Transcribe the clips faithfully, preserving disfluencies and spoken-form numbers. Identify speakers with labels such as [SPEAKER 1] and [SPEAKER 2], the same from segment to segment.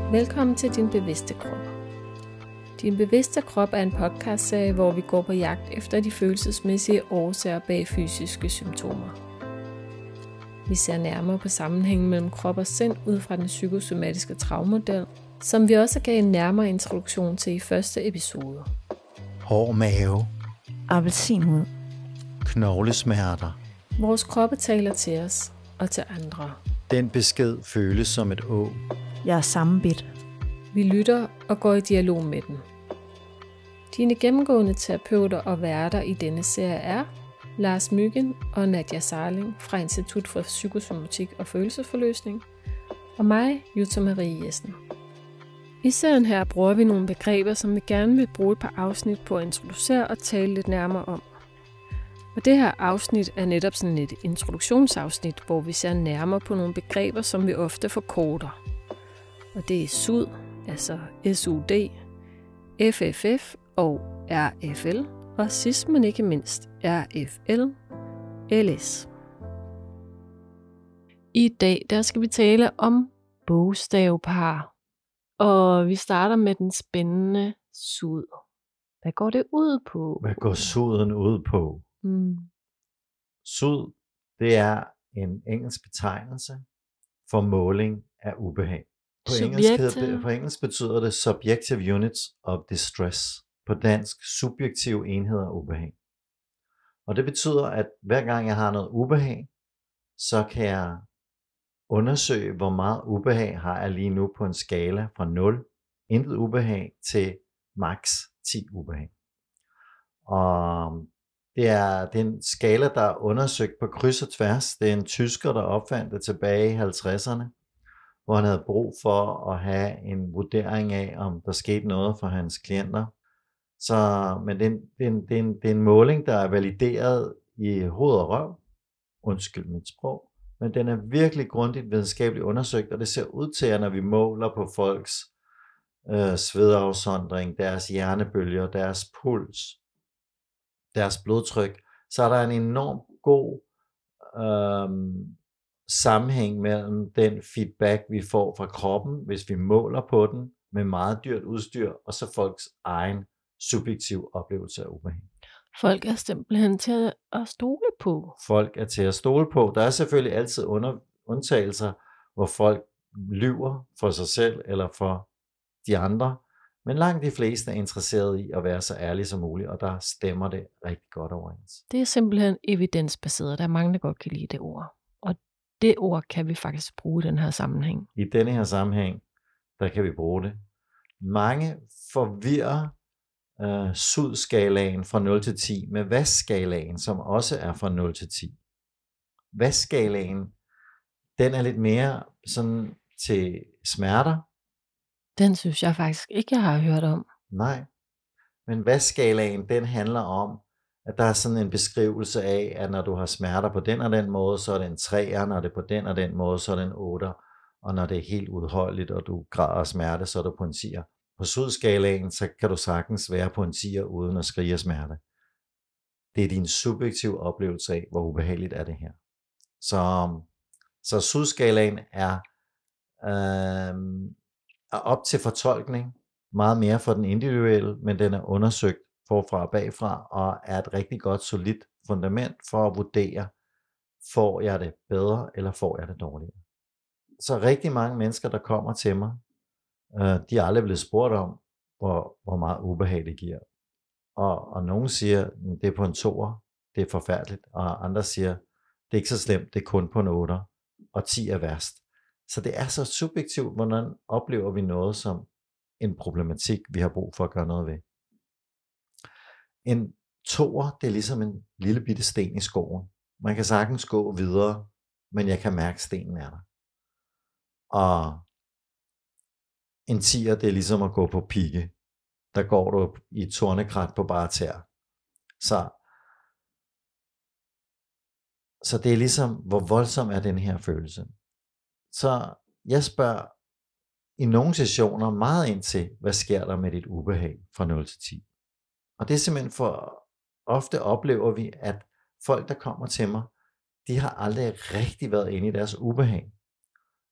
[SPEAKER 1] Velkommen til Din Bevidste Krop. Din Bevidste Krop er en podcastserie, hvor vi går på jagt efter de følelsesmæssige årsager bag fysiske symptomer. Vi ser nærmere på sammenhængen mellem krop og sind ud fra den psykosomatiske traumemodel, som vi også gav en nærmere introduktion til i første episode.
[SPEAKER 2] Hård mave,
[SPEAKER 3] appelsinhud,
[SPEAKER 2] knoglesmerter.
[SPEAKER 1] Vores kroppe taler til os og til andre.
[SPEAKER 2] Den besked føles som et å.
[SPEAKER 3] jeg er sammenbidt.
[SPEAKER 1] Vi lytter og går i dialog med den. Dine gennemgående terapeuter og værter i denne serie er Lars Myggen og Nadia Sarling fra Institut for Psykosomatik og Følelsesforløsning, og mig, Jutta Marie Jessen. I serien her bruger vi nogle begreber, som vi gerne vil bruge et par afsnit på at introducere og tale lidt nærmere om. Og det her afsnit er netop sådan et introduktionsafsnit, hvor vi ser nærmere på nogle begreber, som vi ofte forkorter. Og det er S U D, altså S U D, F F F og R F L, og sidst men ikke mindst R F L, L S. I dag der skal vi tale om bogstavpar, og vi starter med den spændende S U D. Hvad går det ud på?
[SPEAKER 2] Hvad går suden ud på?
[SPEAKER 1] Mm.
[SPEAKER 2] S U D, det er en engelsk betegnelse for måling af ubehag. På engelsk, hedder det, på engelsk betyder det Subjective Units of Distress. På dansk subjektive enheder af ubehag. Og det betyder, at hver gang jeg har noget ubehag, så kan jeg undersøge, hvor meget ubehag har jeg lige nu på en skala fra nul, intet ubehag, til maks ti ubehag. Og det er, det er en skala, der er undersøgt på kryds og tværs. Det er en tysker, der opfandt det tilbage i halvtredserne, hvor han havde brug for at have en vurdering af, om der skete noget for hans klienter. Så, men det er, en, det, er en, det, er en, det er en måling, der er valideret i hoved og røv. Undskyld mit sprog. Men den er virkelig grundigt videnskabeligt undersøgt, og det ser ud til, at når vi måler på folks øh, svedafsondring, deres hjernebølger, deres puls, deres blodtryk, så er der en enorm god øh, sammenhæng mellem den feedback, vi får fra kroppen, hvis vi måler på den med meget dyrt udstyr, og så folks egen subjektiv oplevelse af ubehag.
[SPEAKER 1] Folk er simpelthen til at stole på.
[SPEAKER 2] Folk er til at stole på. Der er selvfølgelig altid under, undtagelser, hvor folk lyver for sig selv eller for de andre, men langt de fleste er interesserede i at være så ærlige som muligt, og der stemmer det rigtig godt overens.
[SPEAKER 1] Det er simpelthen evidensbaseret. Der er mange, der godt kan lide det ord. Og det ord kan vi faktisk bruge i den her sammenhæng.
[SPEAKER 2] I denne her sammenhæng, der kan vi bruge det. Mange forvirrer uh, S U D-skalaen fra nul til ti med V A S-skalaen, som også er fra nul til ti. V A S-skalaen, den er lidt mere sådan til smerter.
[SPEAKER 1] Den synes jeg faktisk ikke, jeg har hørt om.
[SPEAKER 2] Nej, men V A S-skalaen, den handler om, at der er sådan en beskrivelse af, at når du har smerter på den og den måde, så er det en treer, når det er på den og den måde, så er det en otter, og når det er helt udholdeligt, og du græder smerte, så er du på en tier. På S U D-skalaen, så kan du sagtens være på en tier uden at skrige af smerte. Det er din subjektive oplevelse af, hvor ubehageligt er det her. Så, så S U D-skalaen er, øh, er op til fortolkning, meget mere for den individuelle, men den er undersøgt forfra og bagfra, og er et rigtig godt, solidt fundament for at vurdere, får jeg det bedre, eller får jeg det dårligere. Så rigtig mange mennesker, der kommer til mig, øh, de er aldrig blevet spurgt om, hvor, hvor meget ubehag det giver. Og, og nogen siger, det er på en toer, det er forfærdeligt, og andre siger, det er ikke så slemt, det er kun på en otter, og ti er værst. Så det er så subjektivt, hvordan oplever vi noget som en problematik, vi har brug for at gøre noget ved. En toer, det er ligesom en lille bitte sten i skoven. Man kan sagtens gå videre, men jeg kan mærke, at stenen er der. Og en tier, det er ligesom at gå på pigge. Der går du i et tornekrat på bare tær. Så, så det er ligesom, hvor voldsom er den her følelse. Så jeg spørger i nogle sessioner meget ind til, hvad sker der med dit ubehag fra nul til ti. Og det er simpelthen for, ofte oplever vi, at folk, der kommer til mig, de har aldrig rigtig været inde i deres ubehag.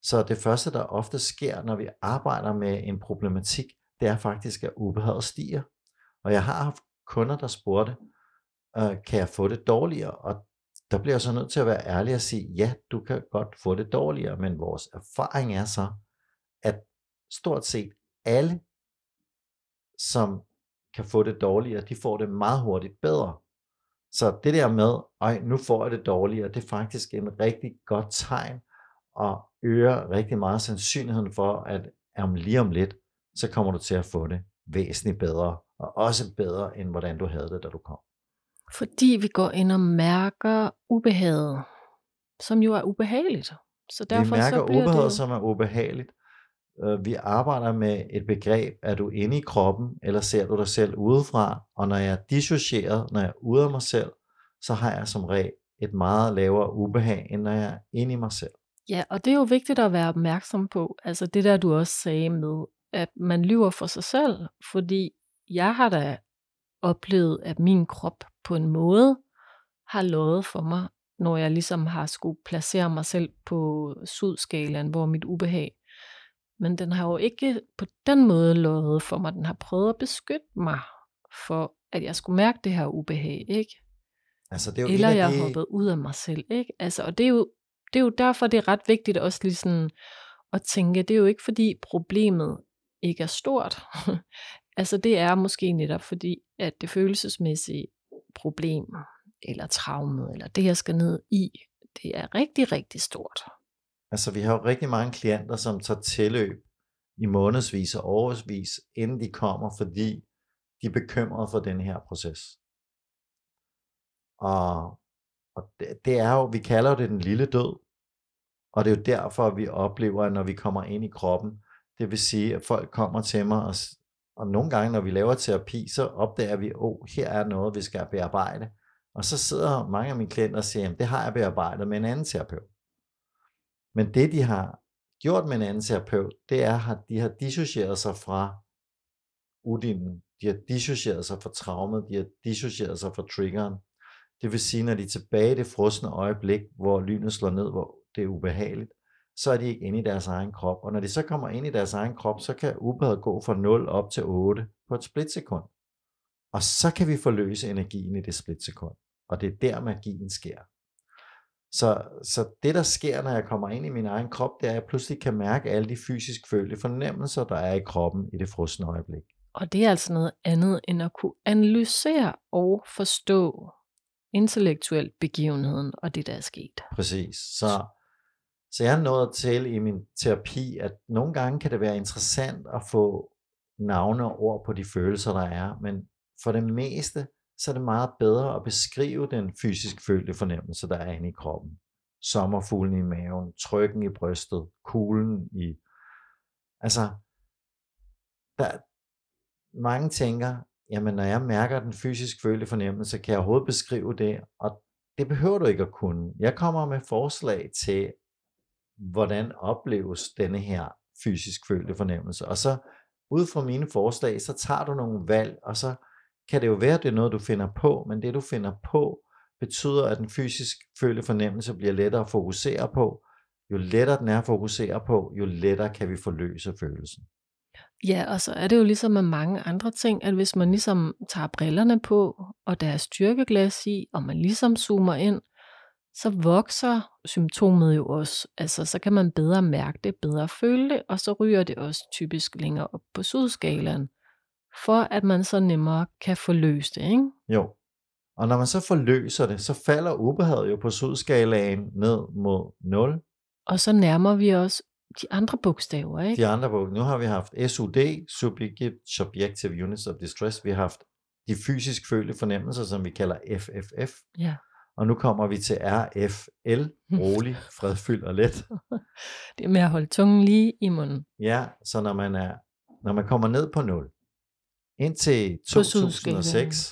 [SPEAKER 2] Så det første, der ofte sker, når vi arbejder med en problematik, det er faktisk, at ubehaget stiger. Og jeg har haft kunder, der spurgte, øh, kan jeg få det dårligere? Og der bliver jeg så nødt til at være ærlig og sige, ja, du kan godt få det dårligere, men vores erfaring er så, at stort set alle, som kan få det dårligere, de får det meget hurtigt bedre. Så det der med, ej, nu får jeg det dårligere, det er faktisk en rigtig godt tegn, og øger rigtig meget sandsynligheden for, at om lige om lidt, så kommer du til at få det væsentligt bedre, og også bedre, end hvordan du havde det, da du kom.
[SPEAKER 1] Fordi vi går ind og mærker ubehaget, som jo er ubehageligt. Så derfor
[SPEAKER 2] vi mærker
[SPEAKER 1] så bliver
[SPEAKER 2] ubehaget,
[SPEAKER 1] det...
[SPEAKER 2] som er ubehageligt. Vi arbejder med et begreb, er du inde i kroppen, eller ser du dig selv udefra? Og når jeg er dissocieret, når jeg er ude af mig selv, så har jeg som regel et meget lavere ubehag, end når jeg er inde i mig selv.
[SPEAKER 1] Ja, og det er jo vigtigt at være opmærksom på, altså det der du også sagde med, at man lyver for sig selv, fordi jeg har da oplevet, at min krop på en måde har løjet for mig, når jeg ligesom har skulle placere mig selv på sudskalaen, hvor mit ubehag. Men den har jo ikke på den måde løjet for mig. Den har prøvet at beskytte mig for, at jeg skulle mærke det her ubehag, ikke?
[SPEAKER 2] Altså, det er jo
[SPEAKER 1] Eller
[SPEAKER 2] en
[SPEAKER 1] jeg
[SPEAKER 2] af de...
[SPEAKER 1] har hoppet ud af mig selv, ikke? Altså, og det er jo det er jo derfor, det er ret vigtigt også lige sådan at tænke, det er jo ikke fordi problemet ikke er stort. Altså det er måske netop fordi, at det følelsesmæssige problem, eller traumet, eller det jeg skal ned i, det er rigtig, rigtig stort.
[SPEAKER 2] Altså vi har jo rigtig mange klienter, som tager tilløb i månedsvis og årsvis, inden de kommer, fordi de er bekymrede for den her proces. Og, og det, det er jo, vi kalder det den lille død. Og det er jo derfor, vi oplever, at når vi kommer ind i kroppen, det vil sige, at folk kommer til mig, og, og nogle gange, når vi laver terapi, så opdager vi, at oh, her er noget, vi skal bearbejde. Og så sidder mange af mine klienter og siger, at det har jeg bearbejdet med en anden terapeut. Men det, de har gjort med en anden terapeut, det er, at de har dissocieret sig fra udinden. De har dissocieret sig fra traumet. De har dissocieret sig fra triggeren. Det vil sige, når de er tilbage i det frosne øjeblik, hvor lynet slår ned, hvor det er ubehageligt, så er de ikke inde i deres egen krop. Og når de så kommer ind i deres egen krop, så kan ubehaget gå fra nul op til otte på et splitsekund. Og så kan vi forløse energien i det splitsekund. Og det er der magien sker. Så, så det der sker, når jeg kommer ind i min egen krop, det er, at jeg pludselig kan mærke alle de fysisk følte fornemmelser, der er i kroppen i det frosne øjeblik.
[SPEAKER 1] Og det er altså noget andet end at kunne analysere og forstå intellektuelt begivenheden og det, der er sket.
[SPEAKER 2] Præcis. Så, så jeg er nået til i min terapi, at nogle gange kan det være interessant at få navne og ord på de følelser, der er, men for det meste, så er det meget bedre at beskrive den fysisk følte fornemmelse, der er inde i kroppen. Sommerfuglen i maven, trykken i brystet, kuglen i... Altså, der, mange tænker, jamen når jeg mærker den fysisk følte fornemmelse, kan jeg overhovedet beskrive det, og det behøver du ikke at kunne. Jeg kommer med forslag til, hvordan opleves denne her fysisk følte fornemmelse, og så ud fra mine forslag, så tager du nogle valg, og så kan det jo være, at det er noget, du finder på, men det du finder på, betyder, at den fysisk følte fornemmelse bliver lettere at fokusere på. Jo lettere den er at fokusere på, jo lettere kan vi forløse følelsen.
[SPEAKER 1] Ja, og så er det jo ligesom med mange andre ting, at hvis man ligesom tager brillerne på, og der er styrkeglas i, og man ligesom zoomer ind, så vokser symptomet jo også. Altså, så kan man bedre mærke det, bedre føle det, og så ryger det også typisk længere op på sudskalaen, for at man så nemmere kan forløse det, ikke?
[SPEAKER 2] Jo, og når man så forløser det, så falder ubehaget jo på sudskalaen ned mod nul.
[SPEAKER 1] Og så nærmer vi os de andre bogstaver, ikke?
[SPEAKER 2] De andre bogstaver. Nu har vi haft S U D, Subjective, Subjective Units of Distress. Vi har haft de fysisk følte fornemmelser, som vi kalder F F F.
[SPEAKER 1] Ja.
[SPEAKER 2] Og nu kommer vi til R F L, rolig, fredfyldt og let.
[SPEAKER 1] Det er med at holde tungen lige i munden.
[SPEAKER 2] Ja, så når man, er, når man kommer ned på nul, indtil to tusind og seks,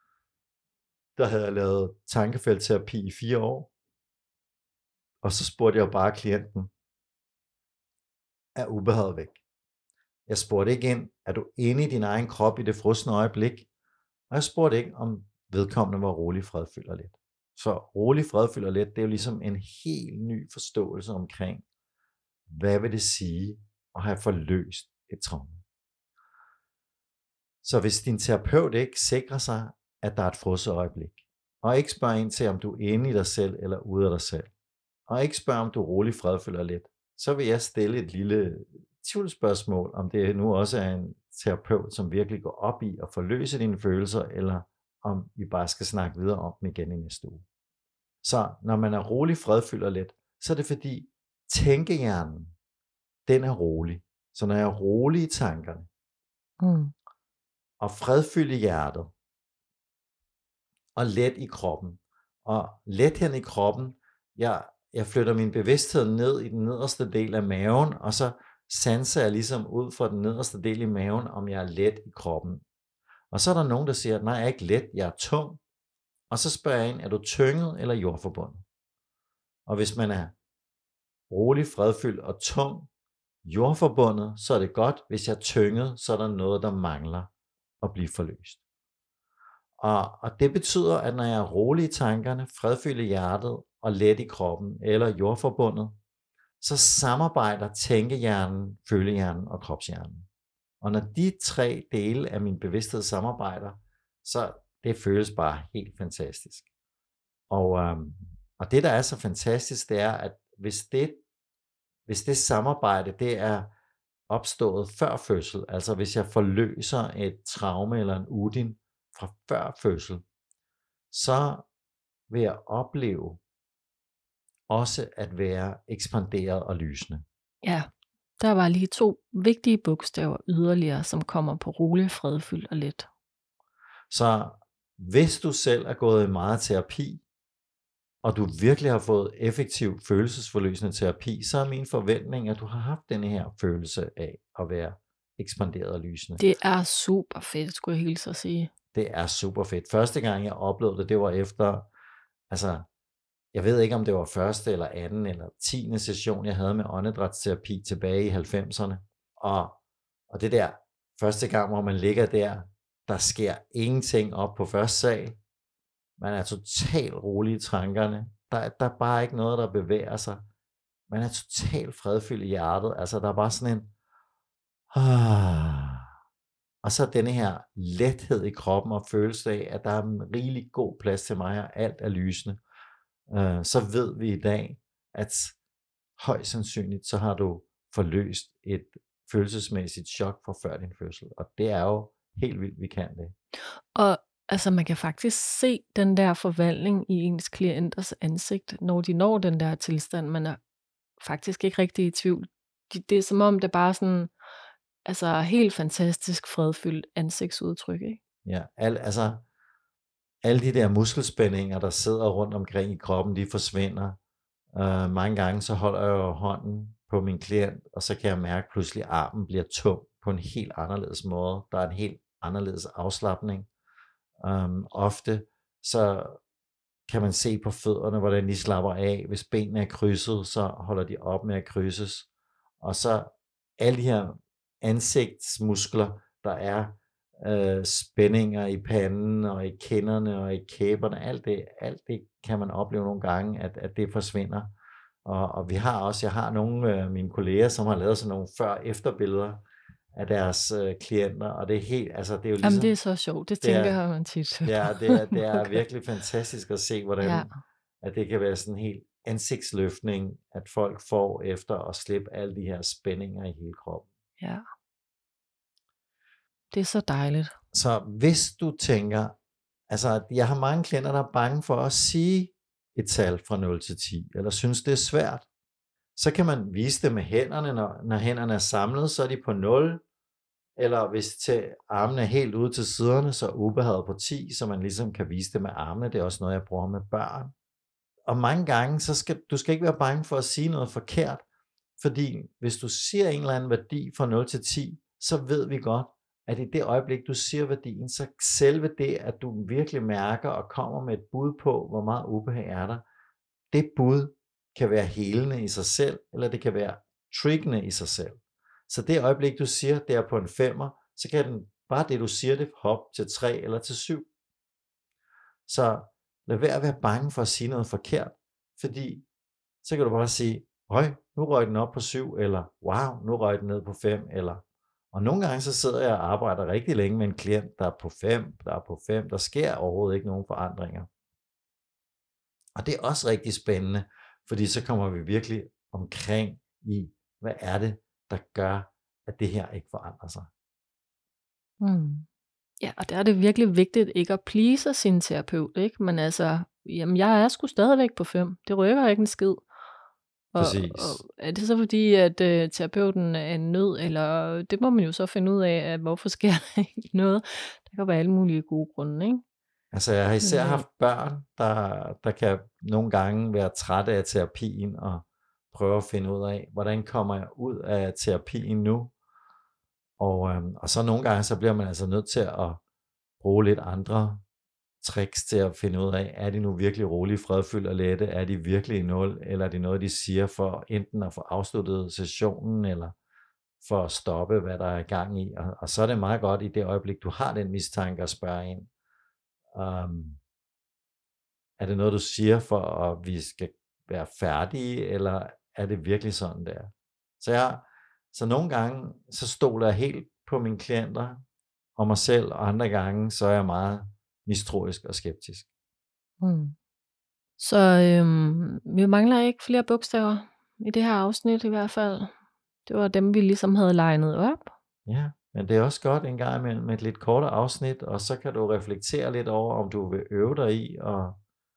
[SPEAKER 2] der havde jeg lavet tankefeltterapi i fire år, og så spurgte jeg jo bare klienten, er ubehaget væk? Jeg spurgte ikke ind, er du inde i din egen krop i det frosne øjeblik? Og jeg spurgte ikke, om vedkommende var rolig, fredfyldt og let. Så rolig, fredfyldt og let, det er jo ligesom en helt ny forståelse omkring, hvad vil det sige at have forløst et traume. Så hvis din terapeut ikke sikrer sig, at der er et frosset øjeblik, og ikke spørger ind til, om du er inde i dig selv eller ude af dig selv, og ikke spørger, om du roligt fredføler lidt, så vil jeg stille et lille tvivlsspørgsmål, om det nu også er en terapeut, som virkelig går op i at forløse dine følelser, eller om vi bare skal snakke videre om dem igen i næste uge. Så når man er rolig fredføler lidt, så er det fordi tænkehjernen, den er rolig. Så når jeg er rolig i tankerne, mm. og fredfyldt i hjertet, og let i kroppen, og letheden i kroppen, jeg, jeg flytter min bevidsthed ned i den nederste del af maven, og så sanser jeg ligesom ud fra den nederste del i maven, om jeg er let i kroppen. Og så er der nogen, der siger, nej, jeg er ikke let, jeg er tung. Og så spørger jeg ind, er du tynget eller jordforbundet? Og hvis man er rolig, fredfyldt og tung, jordforbundet, så er det godt. Hvis jeg er tynget, så er der noget, der mangler at blive forløst. Og, og det betyder, at når jeg er rolig i tankerne, fredfyldt i hjertet og let i kroppen, eller jordforbundet, så samarbejder tænkehjernen, følehjernen og kropshjernen. Og når de tre dele af min bevidsthed samarbejder, så det føles bare helt fantastisk. Og, øhm, og det, der er så fantastisk, det er, at hvis det, hvis det samarbejde, det er opstået før fødsel, altså hvis jeg forløser et traume eller en udin fra før fødsel, så vil jeg opleve også at være ekspanderet og lysende.
[SPEAKER 1] Ja, der var lige to vigtige bogstaver yderligere, som kommer på rolig, fredfyldt og let.
[SPEAKER 2] Så hvis du selv er gået i meget terapi, og du virkelig har fået effektiv følelsesforløsende terapi, så er min forventning, at du har haft denne her følelse af at være ekspanderet og lysende.
[SPEAKER 1] Det er super fedt, skulle jeg hilse at sige.
[SPEAKER 2] Det er super fedt. Første gang jeg oplevede det, det var efter, altså, jeg ved ikke om det var første eller anden eller tiende session, jeg havde med åndedrætsterapi tilbage i halvfemserne. Og, og det der første gang, hvor man ligger der, der sker ingenting op på første sal. Man er totalt rolig i tankerne. Der, der er bare ikke noget, der bevæger sig. Man er totalt fredfyldt i hjertet. Altså der er bare sådan en... Ah. Og så denne her lethed i kroppen og følelse af, at der er en rigelig god plads til mig, og alt er lysende. Uh, så ved vi i dag, at højst sandsynligt, så har du forløst et følelsesmæssigt chok fra før din fødsel. Og det er jo helt vildt, vi kan det.
[SPEAKER 1] Og altså man kan faktisk se den der forvandling i ens klienters ansigt, når de når den der tilstand. Man er faktisk ikke rigtig i tvivl. Det er som om det bare sådan, altså helt fantastisk fredfyldt ansigtsudtryk, ikke?
[SPEAKER 2] Ja, al, altså alle de der muskelspændinger, der sidder rundt omkring i kroppen, de forsvinder. Uh, mange gange så holder jeg jo hånden på min klient, og så kan jeg mærke, at pludselig armen bliver tung på en helt anderledes måde. Der er en helt anderledes afslapning. Um, ofte så kan man se på fødderne, hvordan de slapper af. Hvis benene er krydset, så holder de op med at krydses. Og så alle de her ansigtsmuskler, der er øh, spændinger i panden og i kinderne og i kæberne, alt det, alt det kan man opleve nogle gange, at, at det forsvinder. Og, og vi har også, jeg har nogle af øh, mine kolleger, som har lavet sådan nogle før-efter-billeder af deres øh, klienter, og det er helt, altså det er jo ligesom...
[SPEAKER 1] Jamen det er så sjovt, det, det tænker er, man tit.
[SPEAKER 2] Ja, det er, det er okay. Virkelig fantastisk at se, hvordan
[SPEAKER 1] ja.
[SPEAKER 2] at det kan være sådan en helt ansigtsløftning, at folk får efter at slippe alle de her spændinger i hele kroppen.
[SPEAKER 1] Ja. Det er så dejligt.
[SPEAKER 2] Så hvis du tænker, altså jeg har mange klienter, der er bange for at sige et tal fra nul til ti, eller synes det er svært, så kan man vise det med hænderne, når, når hænderne er samlet, så er de på nul, eller hvis til armene er helt ude til siderne, så er ubehaget på ti, så man ligesom kan vise det med armene. Det er også noget, jeg bruger med børn. Og mange gange, så skal du skal ikke være bange for at sige noget forkert, fordi hvis du siger en eller anden værdi fra nul til ti, så ved vi godt, at i det øjeblik, du siger værdien, så selve det, at du virkelig mærker og kommer med et bud på, hvor meget ubehag er der, det bud kan være helende i sig selv, eller det kan være triggende i sig selv. Så det øjeblik, du siger, det er på en femmer, så kan den, bare det, du siger det, hoppe til tre eller til syv. Så lad være at være bange for at sige noget forkert, fordi så kan du bare sige, høj, nu røg den op på syv, eller wow, nu røg den ned på fem, eller og nogle gange så sidder jeg og arbejder rigtig længe med en klient, der er på fem, der er på fem, der sker overhovedet ikke nogen forandringer. Og det er også rigtig spændende, fordi så kommer vi virkelig omkring i, hvad er det, der gør, at det her ikke forandrer sig.
[SPEAKER 1] Mm. Ja, og der er det virkelig vigtigt ikke at please sin terapeut, ikke? Men altså, jamen jeg er sgu stadigvæk på fem. Det rykker ikke en skid. Og, og er det så fordi, at øh, terapeuten er en nød, eller det må man jo så finde ud af, at hvorfor sker der ikke noget? Der kan være alle mulige gode grunde, ikke?
[SPEAKER 2] Altså jeg har især haft børn, der, der kan nogle gange være trætte af terapien, og prøve at finde ud af, hvordan kommer jeg ud af terapien nu? Og, øhm, og så nogle gange, så bliver man altså nødt til at bruge lidt andre tricks til at finde ud af, er de nu virkelig rolige, fredfyldte og lette, er de virkelig i nul, eller er det noget, de siger for enten at få afsluttet sessionen, eller for at stoppe, hvad der er i gang i. Og, og så er det meget godt i det øjeblik, du har den mistanke at spørge ind, um, er det noget, du siger for, at vi skal være færdige, eller er det virkelig sådan der? Så, jeg, så nogle gange, så stoler jeg helt på mine klienter og mig selv, og andre gange, så er jeg meget mistroisk og skeptisk.
[SPEAKER 1] Mm. Så øhm, vi mangler ikke flere bogstaver i det her afsnit i hvert fald. Det var dem, vi ligesom havde legnet op.
[SPEAKER 2] Ja, men det er også godt en gang imellem med et lidt kortere afsnit, og så kan du reflektere lidt over, om du vil øve dig i at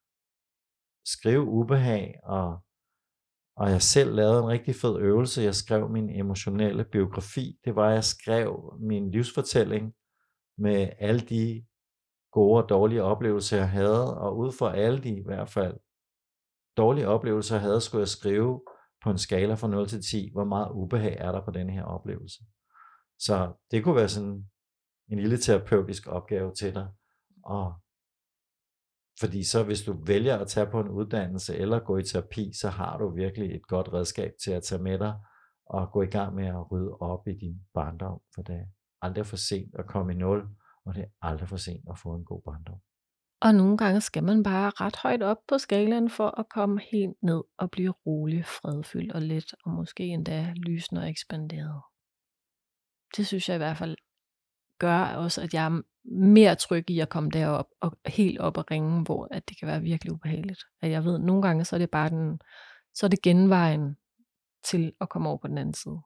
[SPEAKER 2] skrive ubehag, og, og jeg selv lavede en rigtig fed øvelse. Jeg skrev min emotionelle biografi. Det var, at jeg skrev min livsfortælling med alle de gode og dårlige oplevelser, jeg havde, og ud fra alle de i hvert fald dårlige oplevelser, jeg havde, skulle jeg skrive på en skala fra nul til ti, hvor meget ubehag er der på denne her oplevelse. Så det kunne være sådan en lille terapeutisk opgave til dig. Og fordi så hvis du vælger at tage på en uddannelse eller gå i terapi, så har du virkelig et godt redskab til at tage med dig og gå i gang med at rydde op i din barndom, for det er aldrig for sent at komme i nul, og det er aldrig for sent at få en god barndom.
[SPEAKER 1] Og nogle gange skal man bare ret højt op på skalaen for at komme helt ned og blive rolig, fredfyldt og let, og måske endda lysende og ekspanderet. Det synes jeg i hvert fald gør også, at jeg er mere tryg i at komme derop og helt op og ringe, hvor at det kan være virkelig ubehageligt. At jeg ved, at nogle gange så er det bare den, så er det genvejen til at komme over på den anden side.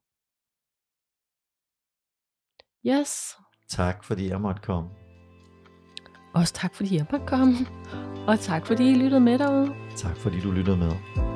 [SPEAKER 1] Yes.
[SPEAKER 2] Tak fordi jeg måtte komme.
[SPEAKER 1] Også tak fordi jeg måtte komme. Og tak fordi I lyttede med derude.
[SPEAKER 2] Tak fordi du lyttede med.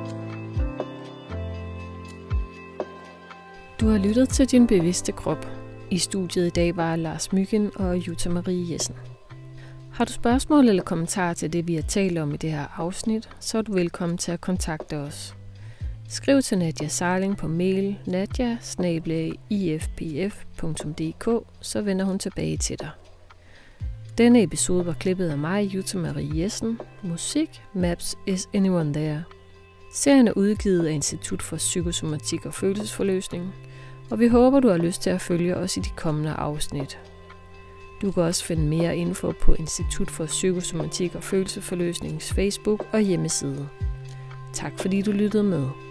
[SPEAKER 1] Du har lyttet til Din Bevidste Krop. I studiet i dag var Lars Myggen og Jutta Marie Jessen. Har du spørgsmål eller kommentarer til det, vi har talt om i det her afsnit, så er du velkommen til at kontakte os. Skriv til Nadia Sarling på mail nadia bindestreg i f p f punktum d k, så vender hun tilbage til dig. Denne episode var klippet af mig, Jutta Marie Jessen. Musik, Maps, Is Anyone There? Serien er udgivet af Institut for Psykosomatik og Følelsesforløsning, og vi håber, du har lyst til at følge os i de kommende afsnit. Du kan også finde mere info på Institut for Psykosomatik og Følelsesforløsningens Facebook og hjemmeside. Tak fordi du lyttede med.